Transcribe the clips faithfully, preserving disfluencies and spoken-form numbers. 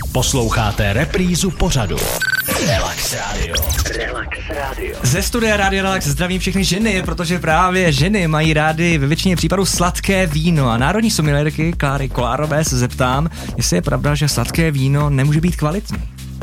Posloucháte reprízu pořadu Relax Radio. Relax Radio. Ze studia Rádia Relax zdravím všechny ženy, protože právě ženy mají rády ve většině případů sladké víno. A národní sommeliérky Kláry Kolárové se zeptám, jestli je pravda, že sladké víno nemůže být kvalitní.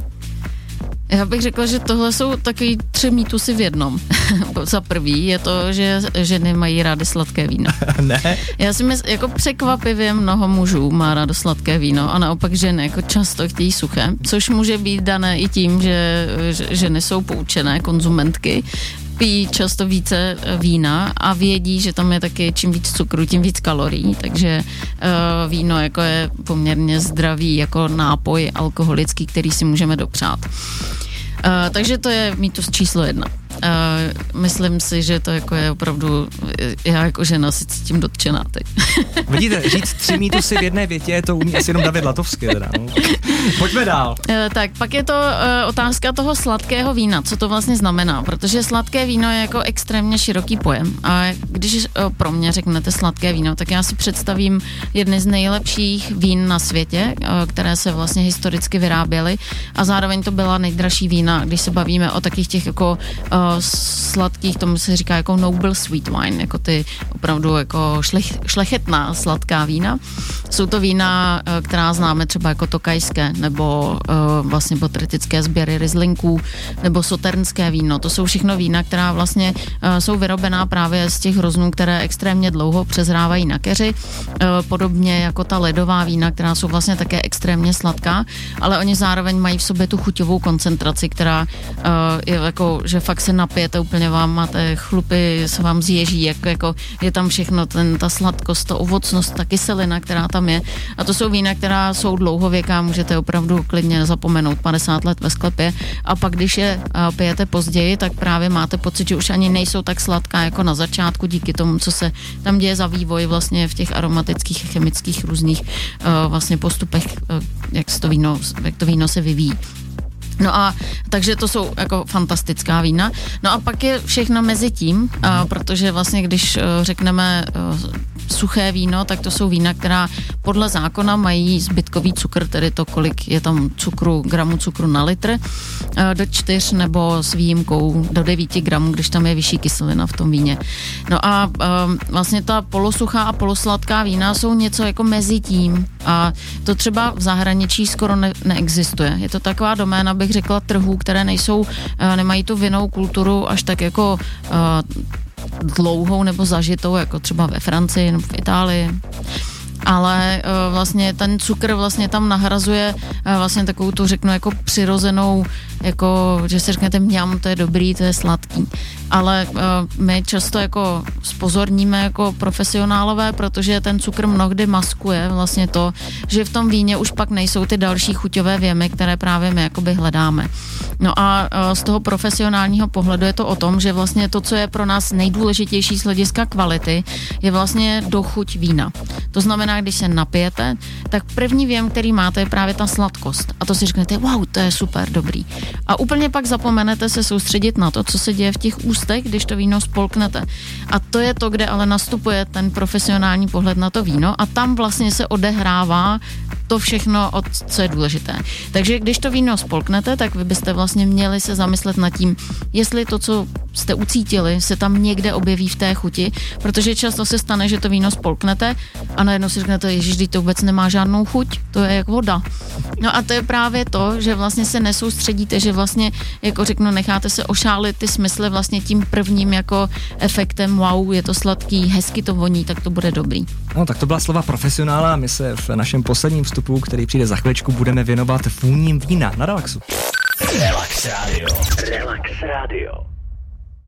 Já bych řekla, že tohle jsou takový tři mýtusy v jednom. Za prvý je to, že ženy mají rády sladké víno. Ne? Já si myslím, jako překvapivě mnoho mužů má rádo sladké víno a naopak ženy jako často chtějí suché, což může být dané i tím, že ženy jsou poučené konzumentky, pijí často více vína a vědí, že tam je taky čím víc cukru, tím víc kalorií, takže uh, víno jako je poměrně zdravý jako nápoj alkoholický, který si můžeme dopřát. Uh, takže to je mýtus číslo jedna. Uh, myslím si, že to jako je opravdu, já jako žena si cítím dotčená teď. Vidíte, říct tři mýtusy v jedné větě, to umí asi jenom David Latovský. Teda, no. Pojďme dál. Uh, tak, pak je to uh, otázka toho sladkého vína, co to vlastně znamená, protože sladké víno je jako extrémně široký pojem a když uh, pro mě řeknete sladké víno, tak já si představím jedny z nejlepších vín na světě, uh, které se vlastně historicky vyráběly a zároveň to byla nejdražší vína, když se bavíme o takých těch jako uh, sladkých, tomu se říká jako noble sweet wine, jako ty opravdu jako šlech, šlechetná sladká vína. Jsou to vína, která známe třeba jako tokajské, nebo uh, vlastně botretické sběry Rieslingů, nebo soternské víno. To jsou všechno vína, která vlastně uh, jsou vyrobená právě z těch hroznů, které extrémně dlouho přezrávají na keři, uh, podobně jako ta ledová vína, která jsou vlastně také extrémně sladká, ale oni zároveň mají v sobě tu chuťovou koncentraci, která uh, je jako, že fakt se napijete, úplně vám máte chlupy, se vám zježí, jako, jako je tam všechno, ten, ta sladkost, ta ovocnost, ta kyselina, která tam je. A to jsou vína, která jsou dlouhověká, můžete opravdu klidně zapomenout padesát let ve sklepě a pak, když je pijete později, tak právě máte pocit, že už ani nejsou tak sladká jako na začátku díky tomu, co se tam děje za vývoj vlastně v těch aromatických, chemických různých uh, vlastně postupech, uh, jak se to víno, jak to víno se vyvíjí. No a takže to jsou jako fantastická vína. No a pak je všechno mezi tím, a, protože vlastně když řekneme suché víno, tak to jsou vína, která podle zákona mají zbytkový cukr, tedy to, kolik je tam cukru, gramů cukru na litr, do čtyř nebo s výjimkou do devíti gramů, když tam je vyšší kyselina v tom víně. No a vlastně ta polosuchá a polosladká vína jsou něco jako mezi tím a to třeba v zahraničí skoro ne- neexistuje. Je to taková doména, bych řekla, trhů, které nejsou, nemají tu vinnou kulturu až tak jako dlouhou nebo zažitou, jako třeba ve Francii nebo v Itálii. Ale uh, vlastně ten cukr vlastně tam nahrazuje uh, vlastně takovou tu řeknu jako přirozenou, jako že si řeknete mňam, to je dobrý, to je sladký. Ale uh, my často jako spozorníme jako profesionálové, protože ten cukr mnohdy maskuje vlastně to, že v tom víně už pak nejsou ty další chuťové věmy, které právě my jakoby hledáme. No a uh, z toho profesionálního pohledu je to o tom, že vlastně to, co je pro nás nejdůležitější z hlediska kvality, je vlastně dochuť vína. To znamená, když se napijete, tak první věm, který máte, je právě ta sladkost. A to si řeknete, wow, to je super, dobrý. A úplně pak zapomenete se soustředit na to, co se děje v těch ústech, když to víno spolknete. A to je to, kde ale nastupuje ten profesionální pohled na to víno a tam vlastně se odehrává to všechno, co je důležité. Takže když to víno spolknete, tak vy byste vlastně měli se zamyslet nad tím, jestli to, co jste ucítili, se tam někde objeví v té chuti, protože často se stane, že to víno spolknete a najednou si řeknete, ježiš, to vůbec nemá žádnou chuť, to je jak voda. No a to je právě to, že vlastně se nesoustředíte, že vlastně, jako řeknu, necháte se ošálit ty smysly vlastně tím prvním jako efektem, wow, je to sladký, hezky to voní, tak to bude dobrý. No tak to byla slova profesionála a my se v našem posledním vstupu, který přijde za chviličku, budeme věnovat vůním vína na Relaxu. Relax Radio. Relax Radio.